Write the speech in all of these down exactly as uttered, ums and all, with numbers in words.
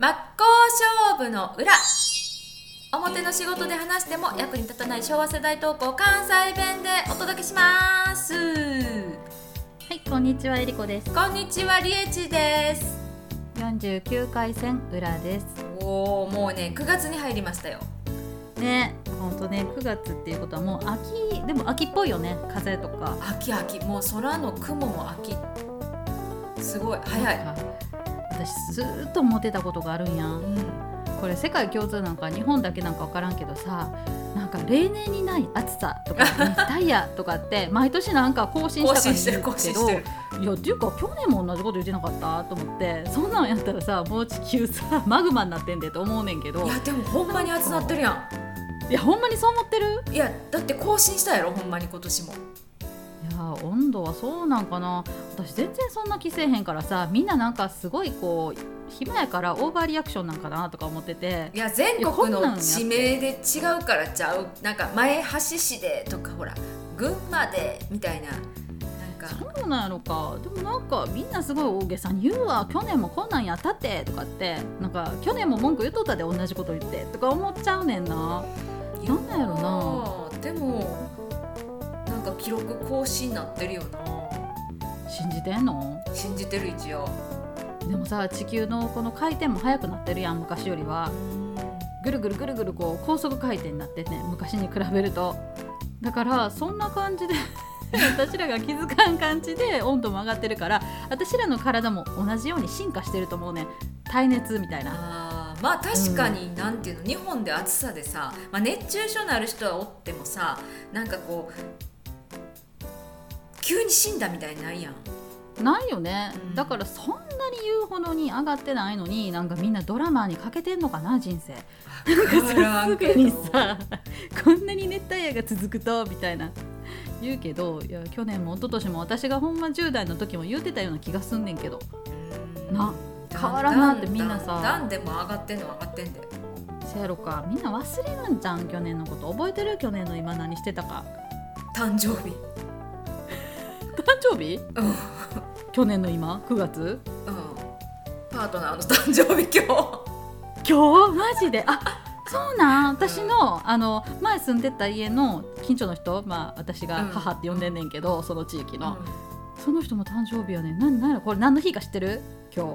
真っ向勝負の裏、表の仕事で話しても役に立たない昭和世代トークを関西弁でお届けします。 はい、こんにちは、えりこです。 こんにちは、りえちです。 よんじゅうきゅうかい戦裏です。 おー、もうねくがつに入りましたよね、ほんとね、くがつっていうことはもう秋、でも秋っぽいよね。風とか秋秋、もう空の雲も秋、すごい早い。 私ずーっと思ってたことがあるんやん、うん、これ世界共通なんか日本だけなんか分からんけどさ、なんか例年にない暑さとか熱帯夜とかって毎年なんか更新したかに言うけど、いやっていうか去年も同じこと言ってなかったと思って、そんなんやったらさ、もう地球さマグマになってんでと思うねんけど、 いやでもほんまに暑なってるやん。いやほんまにそう思ってる。 いやだって更新したやろほんまに今年も。 いや温度はそうなんかな。私全然そんな気せえへんからさ、みんななんかすごいこう暇やからオーバーリアクションなんかなとか思ってて、 いや全国の地名で違うからちゃう。なんか前橋市でとかほら群馬でみたいな、なんかそうなんやろか。でもなんかみんなすごい大げさに言うわ。去年もこんなんやったってとかって、なんか去年も文句言っとったで同じこと言ってとか思っちゃうねんな。なんなんやろな。 でもなんか記録更新になってるよな。 信じてんの？ 信じてる一応。 でもさ、地球のこの回転も速くなってるやん、昔よりは。ぐるぐるぐるぐるこう高速回転になってね、昔に比べると。だからそんな感じで私らが気づかん感じで温度も上がってるから、私らの体も同じように進化してると思うね。耐熱みたいな。 あまあ確かに、うん、なんていうの、日本で暑さでさ、まあ、熱中症のある人はおってもさ、なんかこう急に死んだみたいにないやん。 ないよね、うん、だからそんなに言うほどに上がってないのに、なんかみんなドラマにかけてんのかな、人生。なんかさすがにさ、こんなに熱帯夜が続くとみたいな言うけど、いや去年も一昨年も私がほんまじゅう代の時も言ってたような気がすんねんけど、な変わらんなってみんなさ。 なんでも上がってんの上がってんだよ。 せやろか、みんな忘れるんじゃん。去年のこと覚えてる？去年の今何してたか。 誕生日誕生日、うん、去年の今くがつ、うん、 パートナーの誕生日今日今日マジで、あ、そうなん。私の、うん、あの前住んでた家の近所の人、まあ私が母って呼んでんねんけど、うん、その地域の、うん、その人も誕生日やねん。な、なんやろこれ、何の日か知ってる？今日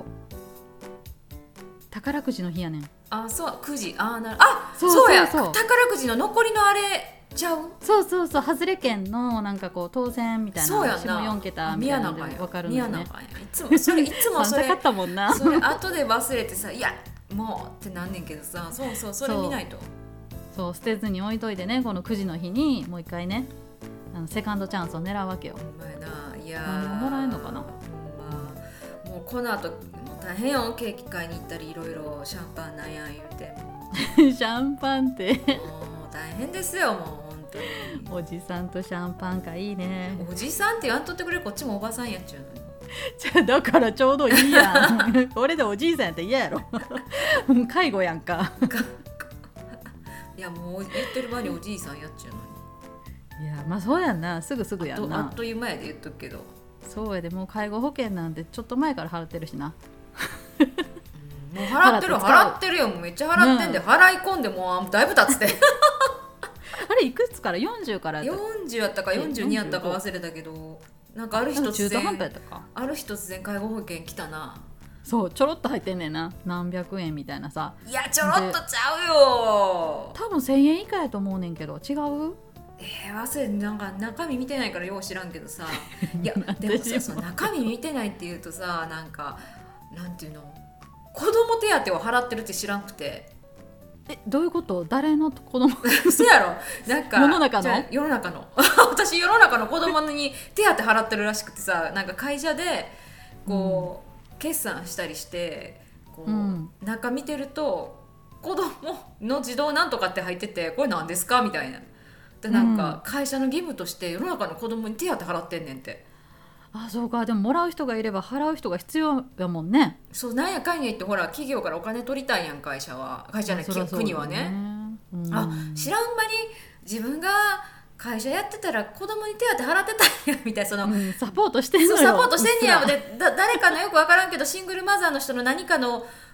宝くじの日やねん。 あ、そう、くじ、あ、なる、あ、そうそうそう、そうや、宝くじの残りのあれちゃう？ そうそうそう、外れ券のなんかこう当選みたいな、私もよんけたみたいなので分かるんだよね。 いつもそれいつもそれかったもんな。 それ後で忘れてさ、いやもうってなんねんけどさ、そうそう、それ見ないと。 そう、捨てずに置いといてね、このくじの日にもう一回ね、あのセカンドチャンスを狙うわけよ。 お前な、いや何ももらえるのかな。 まあ、もうこの後大変よ、ケーキ買いに行ったりいろいろシャンパンなんや言うてシャンパンってもう大変ですよ、もう本当に。 おじさんとシャンパンかいいね。 おじさんって言わんとってくれる、こっちもおばさんやっちゃうのに。 じゃあだからちょうどいいやん俺でおじいさんやったら嫌やろ介護やんかいやもう言ってる場におじいさんやっちゃうのに。いやまあそうやんな、すぐすぐやんな。 あっという間やで言っとくけど。 そうやで、もう介護保険なんてちょっと前から払ってるしなもう払ってる払ってるよ、もうめっちゃ払ってんで、うん、払い込んでもうだいぶ経つってあれいくつからよんじゅうからよんじゅうやったかよんじゅうにやったか忘れたけど、なんかある日突然ある日突然介護保険来たな。 そうちょろっと入ってんねんな、何百円みたいなさ。 いやちょろっとちゃうよ、 多分せんえん以下やと思うねんけど、違う？ えー、忘れなんか中身見てないからよう知らんけどさいやでもさ、その中身見てないっていうとさ、なんかなんていうの、子供手当を払ってるって知らんくて。 え、どういうこと？誰の子供そうやろ、なんか世の中の世の中の私世の中の子供に手当払ってるらしくてさ、なんか会社でこう、うん、決算したりしてこう、うん、中見てると子供の児童なんとかって入ってて、これ何ですかみたいなで、なんか会社の義務として世の中の子供に手当払ってんねんって。 あ、そうか。でももらう人がいれば払う人が必要やもんね。 そう、なんやかんや言ってほら企業からお金取りたいやん、会社は。会社じゃない、国はね、うん、あ、知らん間に自分が会社やってたら子供に手当払ってたんやみたいな、その、 うん、サポートしてんのよ。 そうサポートしてんねやで、だ誰かのよく分からんけどシングルマザーの人の何かの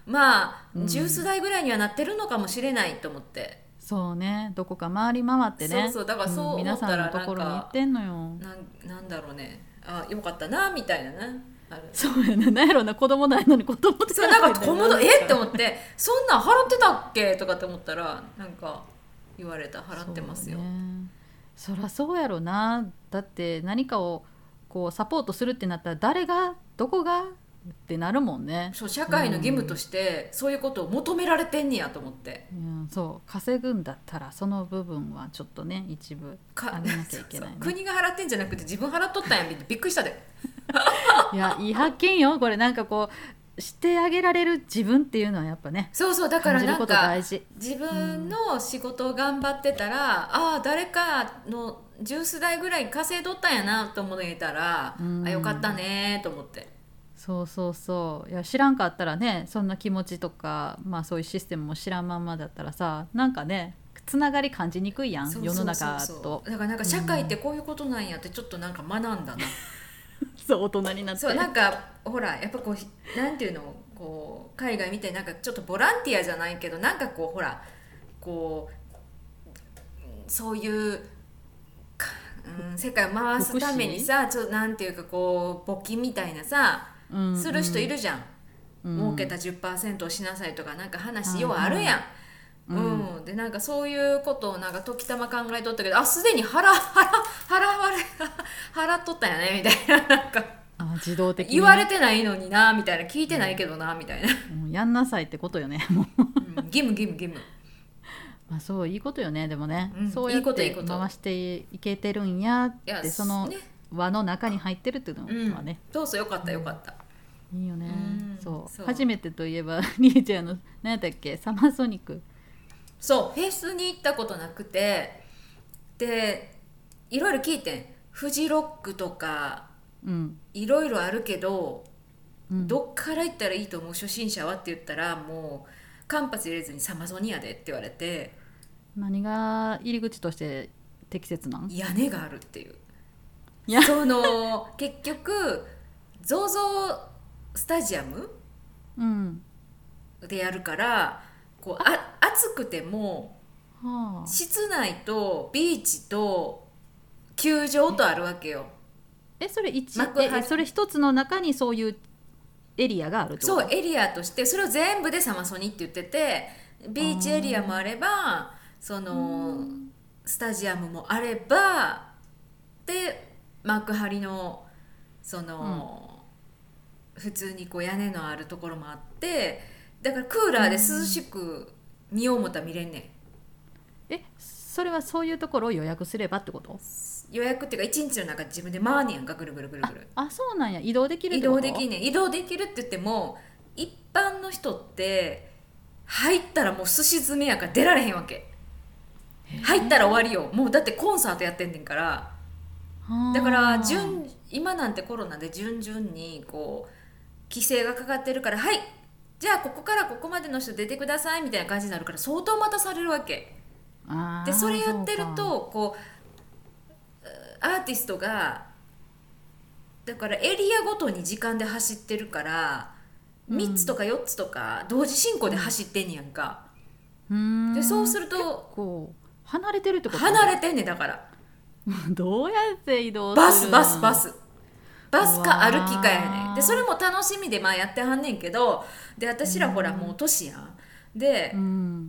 まあ、 うん、 ジュース代ぐらいにはなってるのかもしれないと思って。 そうね、どこか回り回ってね、 そうそう、だからそう思ったらなんか、 うん、皆さんのところに行ってんのよ。 なんなんだろうね、あよかったなみたいなね、ある。 そうやね、なんやろな、子供ないのに子供ってそうなんか子供えって思って、そんなん払ってたっけとかって思ったら、なんか言われた、払ってますよ。 そ,、ね、そりゃそうやろな。だって何かをこうサポートするってなったら誰がどこがってなるもんね。 そう、社会の義務としてそういうことを求められてんねやと思って、 うん、そう稼ぐんだったらその部分はちょっとね一部あげなきゃいけない、ね、 そうそう、国が払ってんじゃなくて自分払っとったんやみたいな、びっくりしたで。 いや、いい発見よこれ。なんかこうしてあげられる自分っていうのはやっぱね、 そうそう、だからなんか自分の仕事を頑張ってたら、うん、ああ誰かのジュース代ぐらい稼いどったんやなと思えたら、うん、あよかったねと思って。 そうそうそう、いや知らんかったらね、そんな気持ちとか、まあ、そういうシステムも知らんまんまだったらさ、なんかねつながり感じにくいやん、世の中と。 だからなんか社会ってこういうことなんやってちょっとなんか学んだな、うん、 そう大人になって。 そうなんかほらやっぱこうなんていうの、こう海外みたいになんかちょっとボランティアじゃないけど、なんかこうほらこうそういう、うん、世界を回すためにさ、ちょっとなんていうかこう募金みたいなさ、うんうん、する人いるじゃん、うん、儲けた じゅっパーセント をしなさいとかなんか話ようあるやん、うんうん、でなんかそういうことをなんか時たま考えとったけど、あすでに払払払われ払っとったんやねみたいな、なんかあ自動的に言われてないのになみたいな、聞いてないけどなみたいな、 うん、やんなさいってことよねもう、 うん、義務義務義務。 まあ、そういいことよね。でもね、 うん、 そうやって回していけてるんやって、その輪の中に入ってるっていうのはね、 うん、そうそうよかったよかった、 うん、いいよね、うん、そうそう初めてといえばりえちゃんの何やったっけ、サマーソニック。 そうフェスに行ったことなくて、でいろいろ聞いてん、フジロックとか、うん、いろいろあるけど、うん、どっから行ったらいいと思う初心者はって言ったら、もう間髪入れずにサマゾニアでって言われて。 何が入り口として適切なん？ 屋根があるっていう。いやその結局 ゾゾ スタジアム、うん、でやるからこうあ暑くても、はあ、室内とビーチと球場とあるわけよ。 えそれ一えそれ一つの中にそういうエリアがあるってこと？ そうエリアとしてそれを全部でサマソニって言ってて、ビーチエリアもあればそのスタジアムもあればで幕張のその、うん、普通にこう屋根のあるところもあって、だからクーラーで涼しく見よう思ったら見れんねん。えそれはそういうところを予約すればってこと？ 予約っていうか一日の中で自分で回んねやんか、ぐるぐるぐるぐる。 ああそうなんや、移動できるってこと？ 移動できんねん。移動できるって言っても一般の人って入ったらもうすし詰めやから出られへんわけ。入ったら終わりよ、もうだってコンサートやってんねんから。だから順今なんてコロナで順々にこう規制がかかってるから、はいじゃあここからここまでの人出てくださいみたいな感じになるから相当待たされるわけで、それやってるとこうアーティストがだからエリアごとに時間で走ってるから、うん、みっつとかよっつとか同時進行で走ってんねやんか、うん、でそうすると結構離れてるってこと？ 離れてんねん。だからどうやって移動するの？ バスバスバスバスか歩きかやねん。でそれも楽しみでまあやってはんねんけど、で私らほらもう年やんで、うん、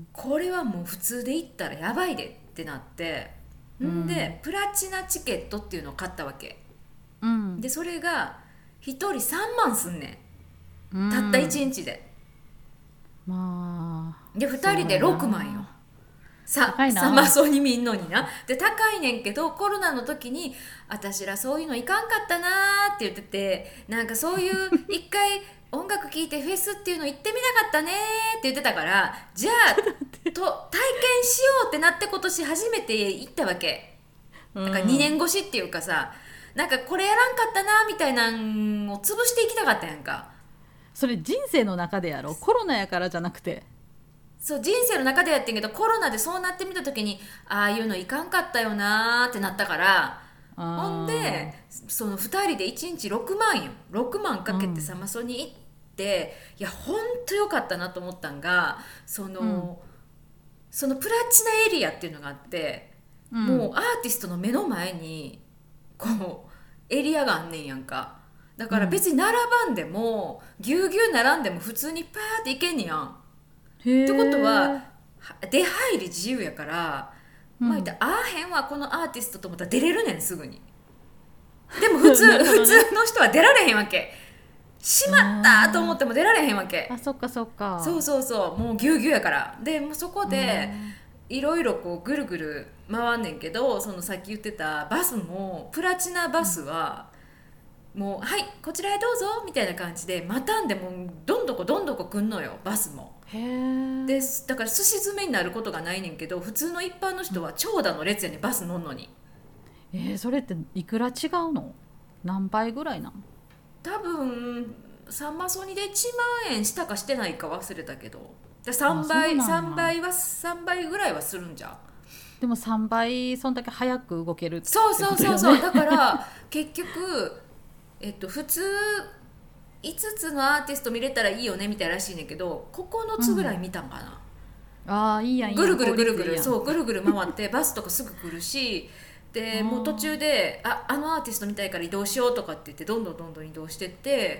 これはもう普通で行ったらやばいでってなって、うん、でプラチナチケットっていうのを買ったわけ、うん、でそれがひとりさんまんすんねん、うん、たったいちにちで、まあ、でふたりでろくまんよ。さサマソに見んのにな。で高いねんけど、コロナの時に私らそういうのいかんかったなーって言ってて、なんかそういう一回音楽聴いてフェスっていうの行ってみなかったねーって言ってたから、じゃあと体験しようってなって今年初めて行ったわけ。だからにねんごしっていうかさ、なんかこれやらんかったなーみたいなんを潰していきたかったやんか。 それ人生の中でやろ、コロナやからじゃなくて。 そう人生の中でやってんけど、コロナでそうなってみた時にああいうのいかんかったよなーってなったから、ほんでそのふたりでいちにちろくまんよ、ろくまんかけてサマソに行って、いやほんとよかったなと思ったんが、その、うん、そのプラチナエリアっていうのがあって、うん、もうアーティストの目の前にこうエリアがあんねんやんか。だから別に並ばんでも、うん、ぎゅうぎゅう並んでも普通にパーって行けんねやん。ってことは出入り自由やから、うん、まあ言ったらあーへんはこのアーティストと思ったら出れるねんすぐに。でも普通、ね、普通の人は出られへんわけ。しまったと思っても出られへんわけ。 あ、そっかそっか。 そうそうそう、もうぎゅうぎゅうやから。でもうそこでいろいろこうぐるぐる回んねんけど、そのさっき言ってたバスもプラチナバスは、うん、もうはいこちらへどうぞみたいな感じでまたんでもうどんどこどんどこ来んのよバスも。 へでだからすし詰めになることがないねんけど、普通の一般の人は長蛇の列やねんバス乗んのに。 えー、それっていくら違うの？何倍ぐらいなの？ 多分サンマソニでいちまんえんしたかしてないか忘れたけど、さんばいさんばいはさんばいぐらいはするんじゃん。 でもさんばいそんだけ早く動けるってことよね。そうそうそうそう、だから結局えっと普通いつつのアーティスト見れたらいいよねみたいらしいねんけど、ここのつぐらい見たんかな、 うん、ああいいやんいいやん、 ぐるぐるぐるぐるそうぐるぐる回ってバスとかすぐ来るし、でもう途中で あ, あのアーティスト見たいから移動しようとかって言ってどんどんどんどん移動してって、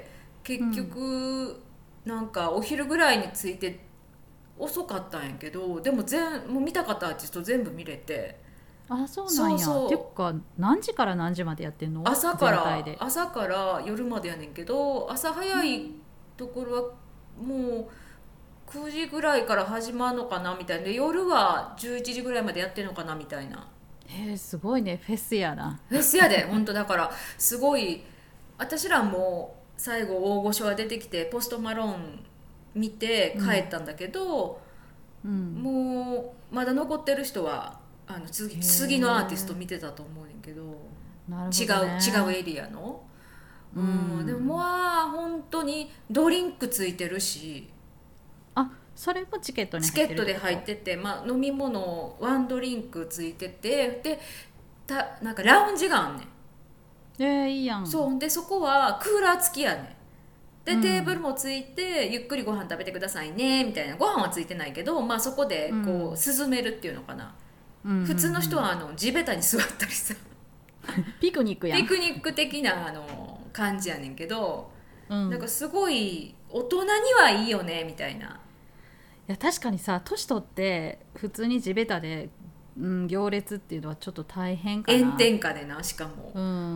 結局、うん、なんかお昼ぐらいに着いて遅かったんやけど、でも全もう見たかったアーティスト全部見れて。 あ、そうなんや。そうそう、ていうか何時から何時までやってんの？ 朝から朝から夜までやねんけど、朝早いところはもうくじぐらいから始まるのかなみたいな、で夜はじゅういちじぐらいまでやってるのかなみたいな。 へえ、すごいね、フェスやな。 フェスやで本当だからすごい。私らも最後大御所が出てきてポストマローン見て帰ったんだけど、うん、もうまだ残ってる人はあの 次, 次のアーティスト見てたと思うねんけど、 なるほどね、 違う違うエリアの、うん、うん、でもまあ本当にドリンクついてるし、 あ、それもチケットに入ってる？ チケットで入ってて、まあ、飲み物ワンドリンクついてて、でたなんかラウンジがあんねん。 えー、いいやん。 そうでそこはクーラー付きやねん。で、うん、テーブルもついてゆっくりご飯食べてくださいねみたいな。ご飯はついてないけど、まあ、そこでこう涼めるっていうのかな、うん、普通の人はあの地べたに座ったりさピクニックやん。 ピクニック的なあの感じやねんけど、うん、なんかすごい大人にはいいよねみたいな。いや確かにさ、年取って普通に地べたで、うん、行列っていうのはちょっと大変かな。 炎天下でな、しかも、 うん、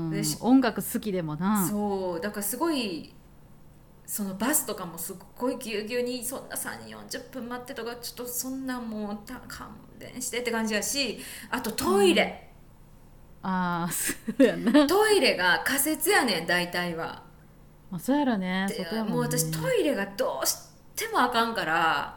で音楽好きでもな。 そうだからすごい、そのバスとかもすっごいぎゅうぎゅうにそんなさんじゅう、よんじゅっぷん待ってとか、ちょっとそんなもう勘弁してって感じやし、あとトイレ、 うん、ああそうやな、 トイレが仮設やねん大体は。 あ、そうやろね、外やもんね。 もう私トイレがどうしてもあかんから、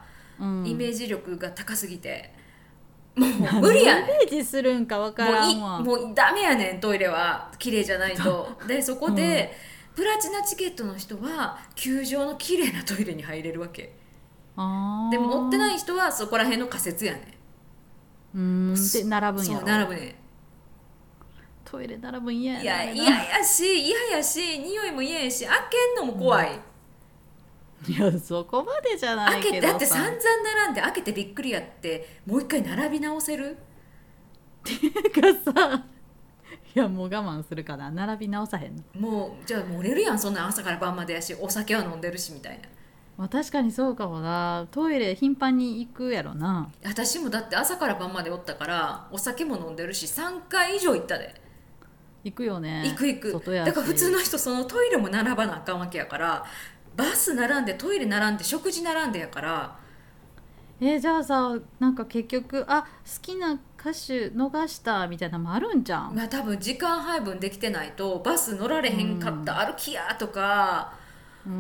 うん、イメージ力が高すぎてもう無理やねん。 イメージするんか分からんわ。 もうもうダメやねんトイレは綺麗じゃないと。でそこで、うん、プラチナチケットの人は球場の綺麗なトイレに入れるわけ。あでも持ってない人はそこら辺の仮設やねん。うんで並ぶんやろ。 そう並ぶねん。 トイレ並ぶん嫌やねん。 いや嫌やし嫌やし匂いも嫌やし開けんのも怖い、 うん、いやそこまでじゃないけどさ。 だって散々並んで開けてびっくりやってもう一回並び直せるっていうかさ、いやもう我慢するかな、並び直さへんの。 もうじゃあ漏れるやん、そんな朝から晩までやしお酒は飲んでるしみたいな。 まあ、確かにそうかもな。トイレ頻繁に行くやろな。 私もだって朝から晩までおったからお酒も飲んでるしさんかい以上行ったで。 行くよね。 行く行く。だから普通の人そのトイレも並ばなあかんわけやから、バス並んでトイレ並んで食事並んでやから。 えー、じゃあさ、なんか結局あ好きな歌手逃したみたいなのもあるんじゃん。 まあ多分時間配分できてないとバス乗られへんかった、うん、歩きやとか、うん、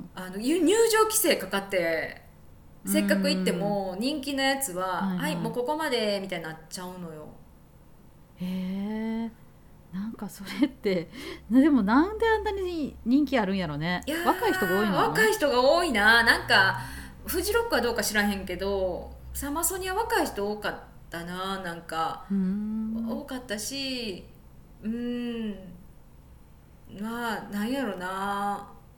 あの入場規制かかってせっかく行っても人気のやつは、うん、はい、はい、もうここまでみたいになっちゃうのよ。 へえ、なんかそれってでもなんであんなに人気あるんやろね。若い人が多いの？ 若い人が多いな。なんかフジロックはどうか知らへんけどサマソニは若い人多かったな。なんか多かったし、うーんまあなんやろな、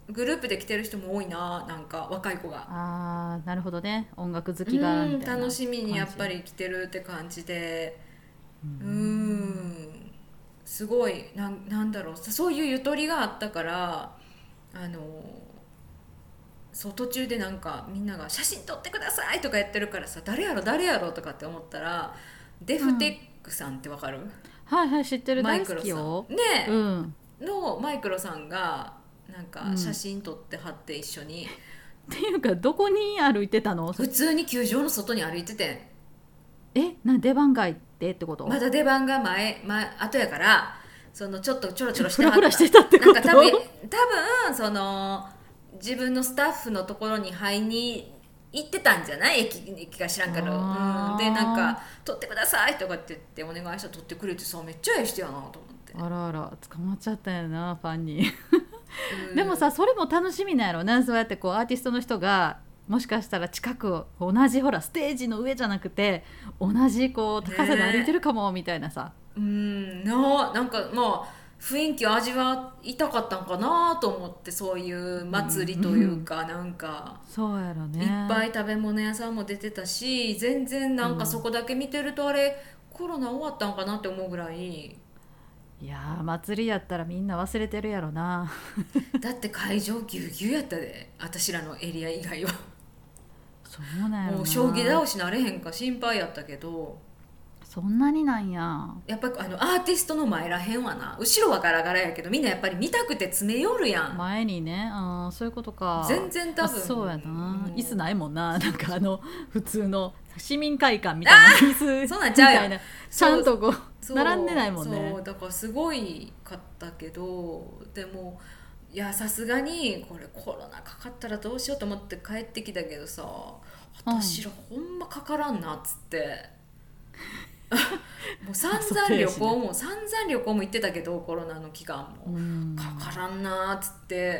グループで来てる人も多いな、なんか若い子が。 あーなるほどね、音楽好きがみたいなうん楽しみにやっぱり来てるって感じで、うーんすごいな、なんだろう、そういうゆとりがあったから、あのそう途中でなんかみんなが写真撮ってくださいとかやってるからさ、誰やろ誰やろとかって思ったら、デフテックさんってわかる、 はいはい知ってる、大好マイクロさきよんねうん、 のマイクロさんがなんか写真撮って貼って一緒に、 っていうかどこに歩いてたの？ 普通に球場の外に歩いてて、 えな出番街でってこと？ まだ出番が前前後やから、そのちょっとちょろちょろしてフラフラしてたたってこと？ なんか多分多分その自分のスタッフのところに買いに行ってたんじゃない、駅駅か知らんから、 あーうん、でなんか「撮ってください」とかって言ってお願いしたら撮ってくれてさ、めっちゃええ人やなと思って、 あらあら捕まっちゃったよなファンにうんでもさそれも楽しみなんやろな、そうやってこうアーティストの人がもしかしたら近く同じほらステージの上じゃなくて同じこう高さで歩いてるかもみたいなさ、 うんななんかまあ雰囲気を味わいたかったんかなと思って、そういう祭りというか、なんかそうやろね、 いっぱい食べ物屋さんも出てたし、全然なんかそこだけ見てるとあれ、コロナ終わったんかなって思うぐらい、 いやー祭りやったらみんな忘れてるやろなだって会場ぎゅうぎゅうやったで、私らのエリア以外はそうなんやろな、 もう将棋倒しなれへんか心配やったけど、 そんなになんや。 やっぱりあのアーティストの前らへんはな、後ろはガラガラやけどみんなやっぱり見たくて詰め寄るやん。 前にね、あそういうことか。 全然多分あそうやな、 うん、 椅子ないもんな、なんかあの普通の市民会館みたいな椅子そうなんちゃうよみたいなちゃんとこそうう並んでないもんね。 そうだからすごいかったけど、でもいやさすがにこれコロナかかったらどうしようと思って帰ってきたけどさ、私らほんまかからんなっつってもう散々旅行も散々旅行も行ってたけど、コロナの期間もうんかからんなっつって、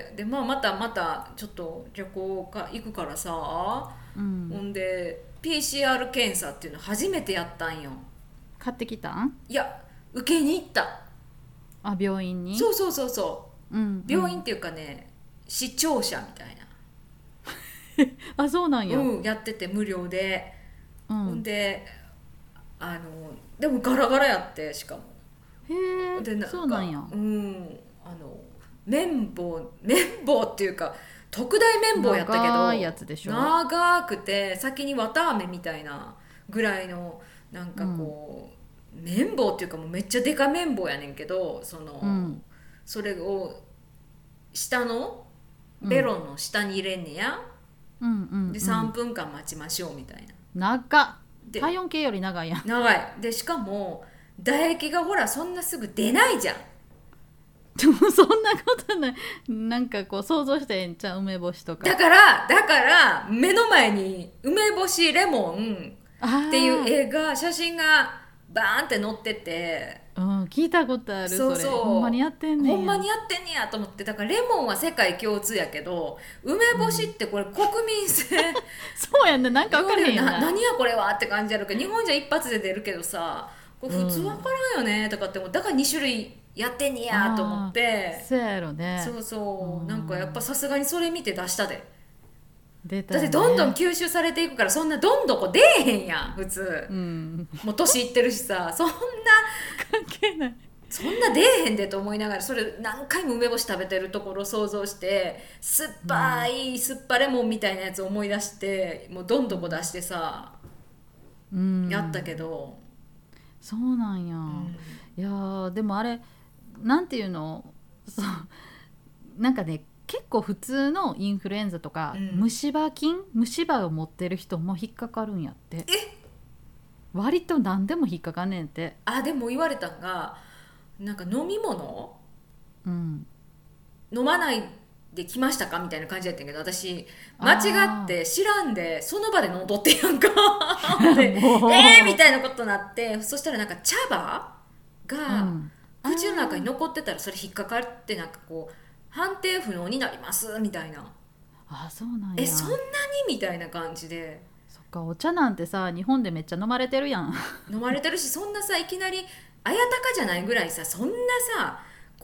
で、まあ、またまたちょっと旅行か行くからさ、 うんほんで ピーシーアール 検査っていうの初めてやったんよ。 買ってきたん？ いや受けに行った。 あ病院に？ そうそうそうそう、 うん、 病院っていうかね、視聴者みたいなあそうなんや、 な、うん、やってて無料で、 うほんん、 であのでもガラガラやって、しかもへえでなんかそうなんや、 うんあの綿棒綿棒っていうか特大綿棒やったけど長いやつでしょ。 長くて先に綿あめみたいなぐらいのなんかこう、うん、綿棒っていうかもうめっちゃでか綿棒やねんけど、その、 うん、それを下のベロの下に入れんねや、 うんうんうん、 でさんぷんかん待ちましょうみたいな。 長っ、 で体温計より長いやん。 長いで、しかも唾液がほらそんなすぐ出ないじゃん。 でもそんなことない、なんかこう想像してんちゃう、梅干しとか。 だからだから目の前に梅干しレモンっていう絵が写真がバーンって載ってて、 うん、聞いたことある。 そうそう、 それほんまにやってんねん。 ほんまにやってんねやと思って、だからレモンは世界共通やけど梅干しってこれ国民性、うん、 そうやんね、なんか分からへんやんな。 な何やこれはって感じあるけど、日本じゃ一発で出るけどさ、これ普通分からんよねとかって思う、だからに種類やってんねやと思って。 そうやろね。 そうそう、 うん、 なんかやっぱさすがにそれ見て出したで。 出た、ね、 だってどんどん吸収されていくから、そんなどんどこ出えへんやん普通、うん、もう年いってるしさ、そんな関係ない、 そんな出えへんでと思いながら、それ何回も梅干し食べてるところを想像して、酸っぱい、うん、酸っぱレモンみたいなやつを思い出して、もうどんどこ出してさ、うん、やったけど。 そうなんや、うん、いやでもあれなんていうの、そうなんかね、結構普通のインフルエンザとか、うん、虫歯菌虫歯を持ってる人も引っかかるんやって。 え割と何でも引っかかんねんって。 あでも言われたんが、なんか飲み物、うん、飲まないで来ましたかみたいな感じやったんやけど、私間違って知らんでその場で飲んどってやんかでえーみたいなことになって、そしたらなんか茶葉が、うん口の中に残ってたらそれ引っかかって、なんかこう判定不能になりますみたいな。 あそうなんや。 えそんなにみたいな感じで。 そっか、お茶なんてさ日本でめっちゃ飲まれてるやん飲まれてるし、そんなさいきなりあやたかじゃないぐらいさ、そんなさ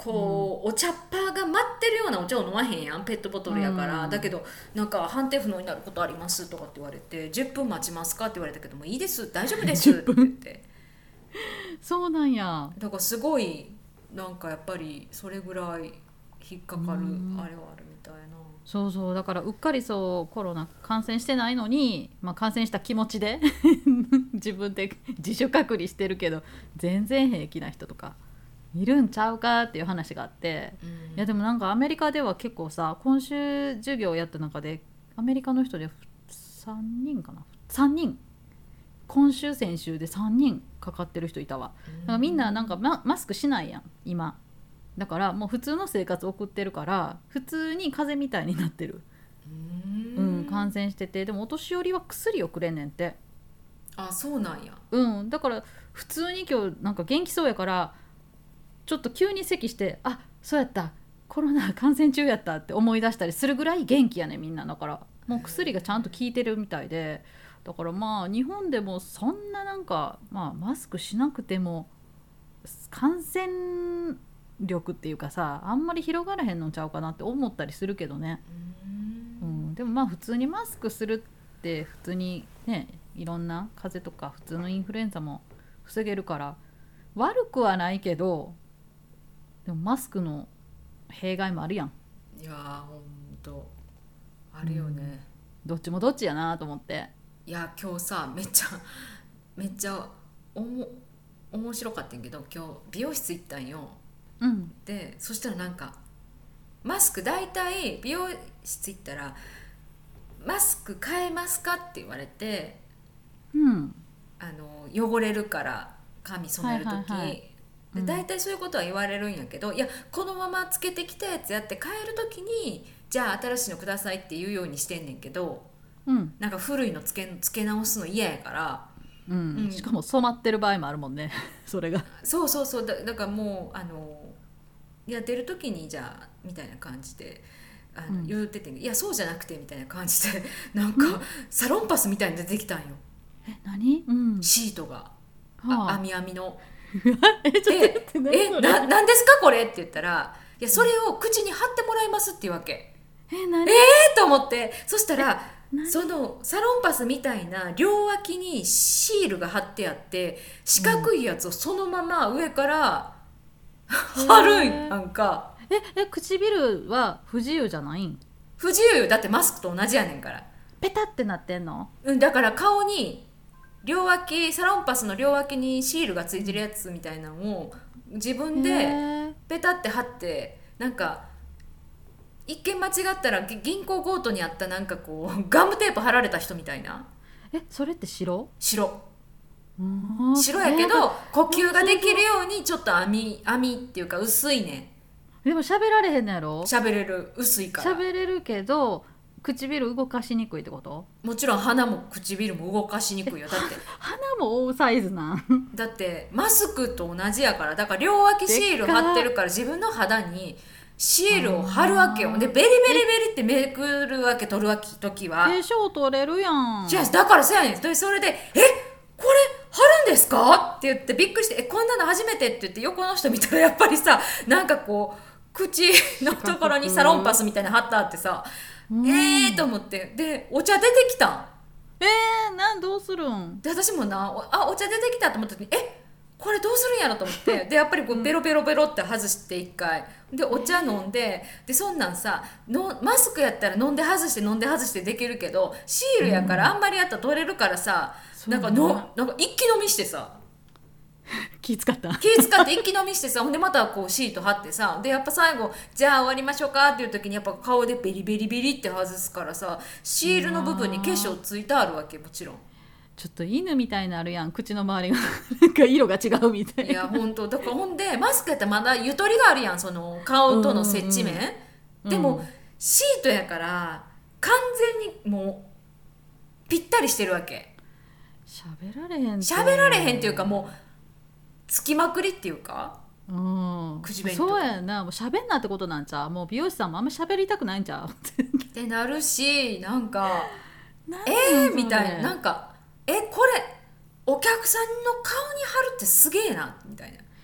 こう、うん、お茶っ葉が待ってるようなお茶を飲まへんやん、ペットボトルやから、うん、だけどなんか判定不能になることありますとかって言われて、じゅっぷん待ちますかって言われたけども、いいです大丈夫ですって言ってそうなんや。 だからすごいなんかやっぱりそれぐらい引っかかるあれはあるみたいな。 そうそう、だからうっかりそうコロナ感染してないのに、まあ、感染した気持ちで自分で自主隔離してるけど全然平気な人とかいるんちゃうかっていう話があって、うん、いやでもなんかアメリカでは結構さ、今週授業やった中でアメリカの人でさんにんかな、さんにん、今週先週でさんにんかかってる人いたわ。だからみんななんか マ, マスクしないやん今。だからもう普通の生活送ってるから普通に風邪みたいになってる。うん、うん、感染してて、でもお年寄りは薬をくれんねんって。 あ、そうなんや。 うん、だから普通に今日なんか元気そうやからちょっと急に咳して、あ、そうやったコロナ感染中やったって思い出したりするぐらい元気やねみんな。だからもう薬がちゃんと効いてるみたいで、だからまあ日本でもそんななんか、まあ、マスクしなくても感染力っていうかさ、あんまり広がらへんのちゃうかなって思ったりするけどね。うん、でもまあ普通にマスクするって普通にね、いろんな風邪とか普通のインフルエンザも防げるから悪くはないけど、でもマスクの弊害もあるやん。 いやーほんとあるよね、 うん、どっちもどっちやなと思って。 いや今日さめっちゃめっちゃおも面白かったんやけど、今日美容室行ったんよ。 うん、 でそしたらなんかマスク大体美容室行ったらマスク変えますかって言われて、 うん、 あの汚れるから髪染める時、はいはいはい、で大体そういうことは言われるんやけど、うん、いやこのままつけてきたやつやって変える時にじゃあ新しいのくださいって言うようにしてんねんけど、 うん、 なんか古いのつけ、つけ直すの嫌やから、 うんうん、しかも染まってる場合もあるもんねそれがそうそうそう、だ, だからもうあのやってる時にじゃあみたいな感じであの、うん、言ってて、いやそうじゃなくてみたいな感じでなんか、うん、サロンパスみたいに出てきたんよ。 え何、うん、 シートが、 はあ、 網網のえちょっと待って何えな何ですかこれって言ったら、いやそれを口に貼ってもらいますっていうわけ。 え何えーと思って、そしたらそのサロンパスみたいな両脇にシールが貼ってあって四角いやつをそのまま上から、うん、貼るんなんか。 ええ唇は不自由じゃないん？ 不自由よ、だってマスクと同じやねんから。 ペタってなってんの？ うん、だから顔に両脇、サロンパスの両脇にシールがついてるやつみたいなのを自分でペタって貼って、なんか一見間違ったら銀行強盗にあったなんかこうガムテープ貼られた人みたいな。 えそれって白？ 白白やけど呼吸ができるようにちょっと網網っていうか薄いね。 でも喋られへんのやろ？ 喋れる、薄いから喋れるけど唇動かしにくいってこと？ もちろん鼻も唇も動かしにくいよ。だって鼻も大サイズなんだってマスクと同じやから。だから両脇シール貼ってるから自分の肌にシールを貼るわけよ。でベリベリベリってめくるわけ、取るわけ時は。 化粧取れるやん。 違う、だからそうやねん。でそれでえこれ貼るんですかって言ってびっくりして、えこんなの初めてって言って横の人見たらやっぱりさ、なんかこう口のところにサロンパスみたいなの貼ってあってさ、えーと思って、でお茶出てきたん。 えー、なんどうするんで私もな、あお茶出てきたと思った時にえこれどうするんやろと思ってでやっぱりこうベロベロベロって外して一回でお茶飲んで、でそんなんさのマスクやったら飲んで外して飲んで外してできるけどシールやからあんまりやったら取れるからさ、うん、なんかのなんか一気飲みしてさ気使った気使って一気飲みしてさ、ほんでまたこうシート貼ってさ、でやっぱ最後じゃあ終わりましょうかっていう時にやっぱ顔でベリベリベリって外すからさ、シールの部分に化粧ついてあるわけ。もちろんちょっと犬みたいになるやん、口の周りがなんか色が違うみたいな。 いやほんとだから、ほんでマスクやったらまだゆとりがあるやん、その顔との接地面、うんうんうん、でも、うん、シートやから完全にもうぴったりしてるわけ。 喋られへん喋られへんっていうかもうつきまくりっていうか、 うん、 口紅とかそうやな、もう喋んなってことなんちゃう。もう美容師さんもあんま喋りたくないんちゃうってなるし、なんかえーみたいな、なんかえこれお客さんの顔に貼るってすげえなみたいな。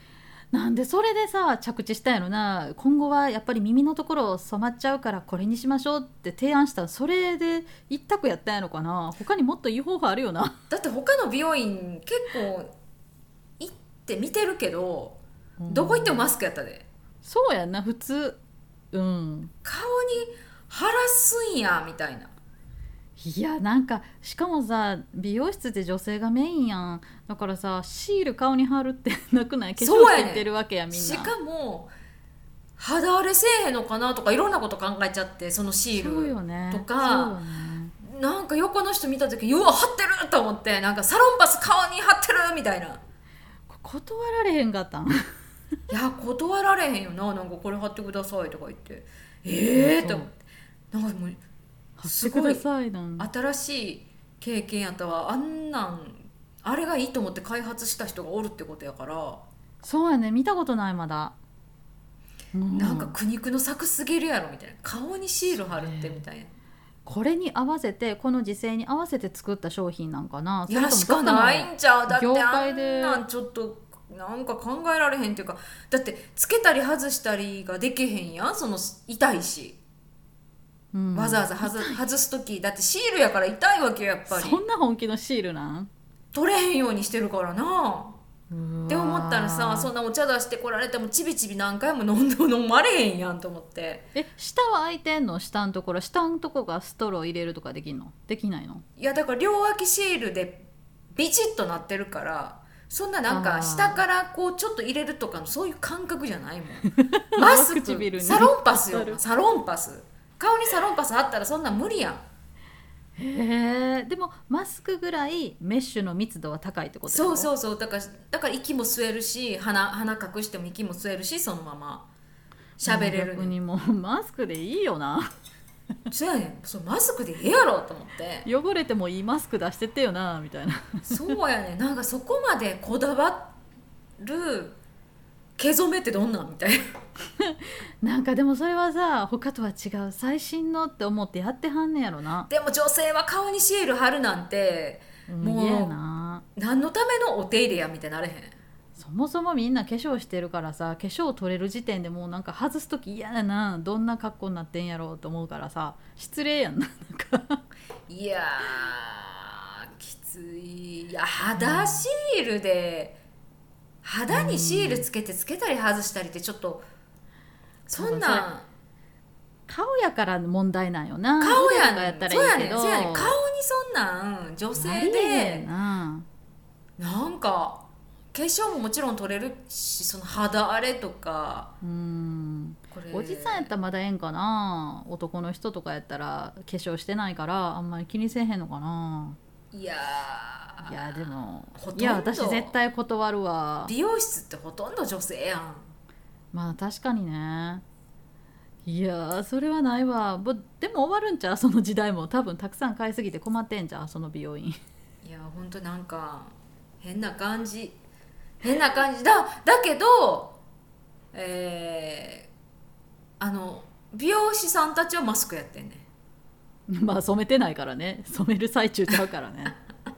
なんでそれでさ着地したんやろな。今後はやっぱり耳のところ染まっちゃうからこれにしましょうって提案したらそれで一択やったんやろかな。他にもっといい方法あるよな。 だって他の美容院結構行って見てるけど、どこ行ってもマスクやったで。 そうやんな普通。うん顔に腫らすんやみたいな。 いやなんかしかもさ美容室って女性がメインやん。だからさシール顔に貼るってなくない？化粧していってるわけやみんな。 しかも肌荒れせえへんのかなとかいろんなこと考えちゃって、そのシールとか、ねね、なんか横の人見た時うわ貼ってると思って、なんかサロンパス顔に貼ってるみたいな。 断られへんかったん？ いや断られへんよな。なんかこれ貼ってくださいとか言ってええー、と思って、なんかもうすごい新しい経験やったわ。あんなんあれがいいと思って開発した人がおるってことやから。 そうやね、見たことないまだ、 うん、なんか苦肉の策すぎるやろみたいな。顔にシール貼るってみたいな。 これに合わせてこの時勢に合わせて作った商品なんかな。 いやしかないんちゃう。だってあんなんちょっとなんか考えられへんっていうか、だってつけたり外したりができへんやん。その痛いし、うん、わざわざ外す時だってシールやから痛いわけよやっぱり。 そんな本気のシールなん？ 取れへんようにしてるからなって思ったらさ、そんなお茶出してこられてもちびちび何回も飲んでも飲まれへんやんと思って。 え下は開いてんの？下のところ下のところがストロー入れるとかできんの？できないの？ いやだから両脇シールでビチッとなってるから、そんななんか下からこうちょっと入れるとかのそういう感覚じゃないもんマスクサロンパスよサロンパス。顔にサロンパスあったらそんなん無理やん。 へえ。でもマスクぐらいメッシュの密度は高いってこと？ そうそうそう。だからだから息も吸えるし、鼻鼻隠しても息も吸えるし、そのまま喋れる、ね、 逆にもうマスクでいいよなそうやねん。そうマスクでええやろと思って。 汚れてもいいマスク出してってよなみたいなそうやねん。なんかそこまでこだわる毛染めってどんなんみたいななんかでもそれはさ他とは違う最新のって思ってやってはんねやろな。 でも女性は顔にシール貼るなんて、うん、もう嫌やな。 何のためのお手入れやみたいになれへん。 そもそもみんな化粧してるからさ、化粧取れる時点でもうなんか外す時嫌やな、どんな格好になってんやろうと思うからさ、失礼やんな。なんかいやーきつい。いや肌シールで、うん、肌にシールつけてつけたり外したりってちょっと、そんなん顔やから問題なんよな。 顔やねん。 やったらいいけど、 そうやねん。顔にそんなん女性でな、なんか化粧ももちろん取れるし、その肌荒れとか、 うーんこれおじさんやったらまだええんかな。男の人とかやったら化粧してないからあんまり気にせえへんのかな。 いやいやでもいや私絶対断るわ。 美容室ってほとんど女性やん。 まあ確かにね。いやそれはないわ。でも終わるんちゃう、その時代も。多分たくさん買いすぎて困ってんじゃんその美容院。 いやほんとなんか変な感じ変な感じだ。だけどえー、あの美容師さんたちはマスクやってんねまあ染めてないからね、染める最中ちゃうからね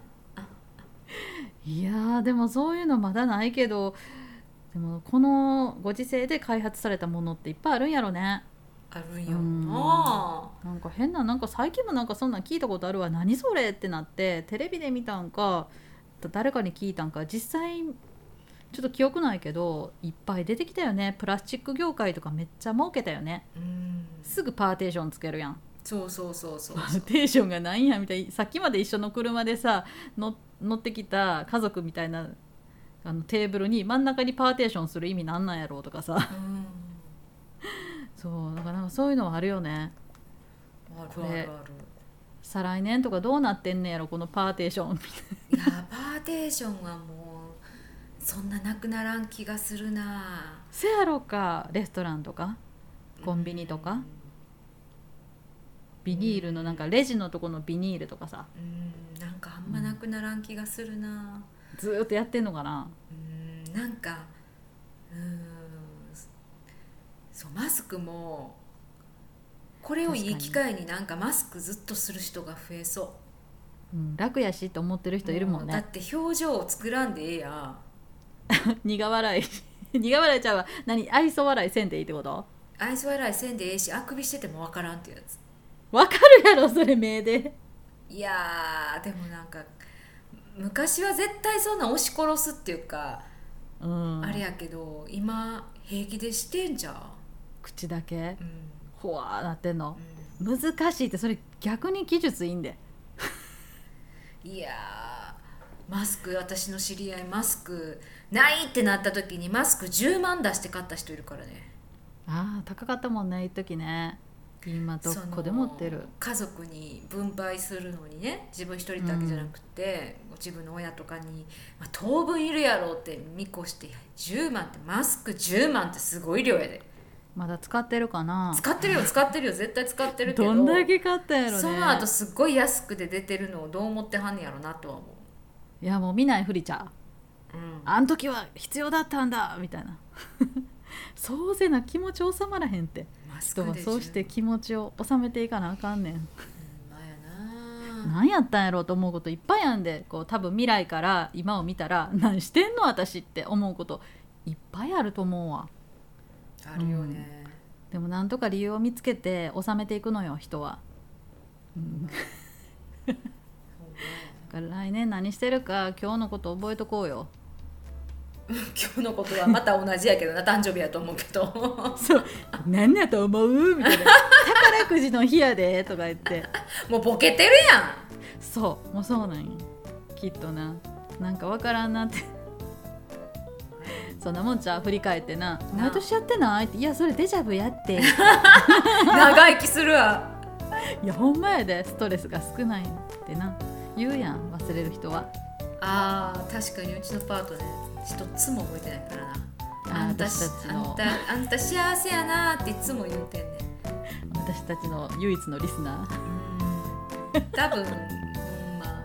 いやでもそういうのまだないけど、でもこのご時世で開発されたものっていっぱいあるんやろね。 あるんやろな。 なんか変な、なんか最近もなんかそんなん聞いたことあるわ。何それってなってテレビで見たんか誰かに聞いたんか、実際ちょっと記憶ないけどいっぱい出てきたよね。プラスチック業界とかめっちゃ儲けたよね。うん、すぐパーテーションつけるやん。 そうそうそうそう。 パーテーションがなんやみたいな。さっきまで一緒の車でさの乗ってきた家族みたいなあのテーブルに真ん中にパーテーションする意味なんなんやろうとかさ、うんそうだからそういうのはあるよね。 あるあるある。 再来年とかどうなってんねやろこのパーテーション。 いやパーテーションはもうそんななくならん気がするな。 せやろか。レストランとかコンビニとか、うん、ビニールのなんかレジのとこのビニールとかさ、 うんなんかあんまなくならん気がするな、 うん、ずーっとやってんのかな。 うんなんかうんそうマスクもこれをいい機会になんかマスクずっとする人が増えそう、 うん、楽やしって思ってる人いるもんね。 だって表情を作らんでええや苦笑い苦笑いちゃうわ。何愛想笑いせんでいいってこと？ 愛想笑いせんでええし、あくびしててもわからんっていうやつ。 わかるやろそれ目で。 いやーでもなんか昔は絶対そんな押し殺すっていうか、うん、あれやけど今平気でしてんじゃん。 口だけ、 うん、 ほわーなってんの、 うん、 難しいって。それ逆に技術いいんで。 いやーマスク、私の知り合いマスクないってなった時にマスクじゅうまん出して買った人いるからね。 ああ高かったもんね一時ね。今どこでも売ってる。 家族に分配するのにね、自分一人だけじゃなくて、うん、自分の親とかに、まあ、当分いるやろうって見越してじゅうまんって、マスクじゅうまんってすごい量やで。 まだ使ってるかな。 使ってるよ使ってるよ絶対使ってるけど、 どんだけ買ったやろね。 その後すっごい安くで出てるのをどう思ってはんねやろなとは思う。 いやもう見ないふりちゃう、うん、あん時は必要だったんだみたいな。そうせな気持ち収まらへんって。人はそうして気持ちを収めていかなあかんねん。何やったんやろうと思うこといっぱいあんで、こう多分未来から今を見たら何してんの私って思うこといっぱいあると思うわ。 あるよね、 うん、でもなんとか理由を見つけて収めていくのよ人は、うん、だから来年何してるか今日のこと覚えとこうよ。 今日のことはまた同じやけどな誕生日やと思うけどそう何やと思うみたいな。宝くじの日やでとか言ってもうボケてるやん。 そうもうそうなんやきっとな。なんかわからんなってそんなもんちゃう。振り返ってな毎年やってないって。いやそれデジャブやって長生きするわ。 いやほんまやでストレスが少ないってな言うやん忘れる人は。 あー確かにうちのパートね一つも覚えてないからな。あんたあんたあんた幸せやなっていつも言うてんねん。 私たちの唯一のリスナー。うん多分、うん、まあ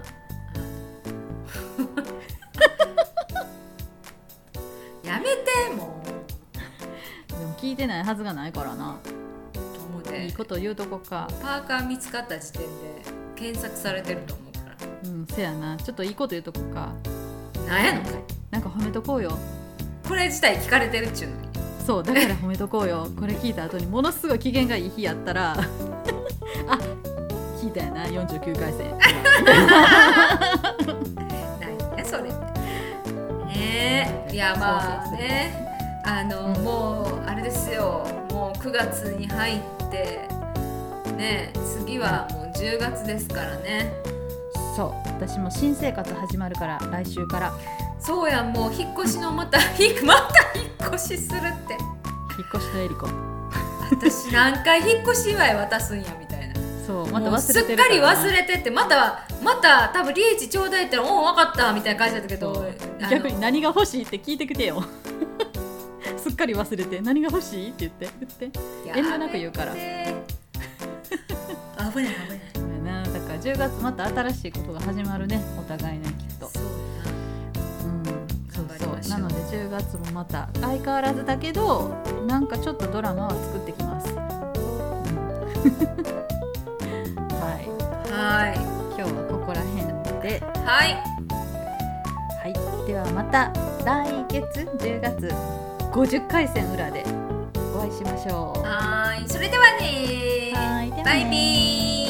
やめてもう。でも聞いてないはずがないからな。 と思うで。 いいこと言うとこか。 パーカー見つかった時点で検索されてると思うから。 うんせやな。ちょっといいこと言うとこか。 なんやのかい。 なんか褒めとこうよ。 これ自体聞かれてるっちゅうのに。 そうだから褒めとこうよ。これ聞いた後にものすごい機嫌がいい日やったらあ聞いたやなよんじゅうきゅうかいせん何やそれねえ。いやまあねあの、うん、もうあれですよ。もうくがつに入ってね次はもうじゅうがつですからね。 そう私も新生活始まるから来週から。 そうやんもう引っ越しのまたまた引っ越しするって。 引っ越しとエリコ私何回引っ越し祝い渡すんやみたいな。 そうまた忘れてるから、すっかり忘れてってまたまた多分リーチちょうだいって言ったらおお分かったみたいな感じだったけど逆に何が欲しいって聞いてきてよすっかり忘れて何が欲しいって言って言って遠慮なく言うから危ない危ないな。だからじゅうがつまた新しいことが始まるねお互いねきっと。 そうやな、うん、 そうそうなのでじゅうがつもまた相変わらずだけどなんかちょっとドラマは作ってきます、うん、はいはい今日はここら辺ではいはいではまた来月じゅうがつごじゅっかい戦裏でお会いしましょう。 はいそれではねはいではねバイビー。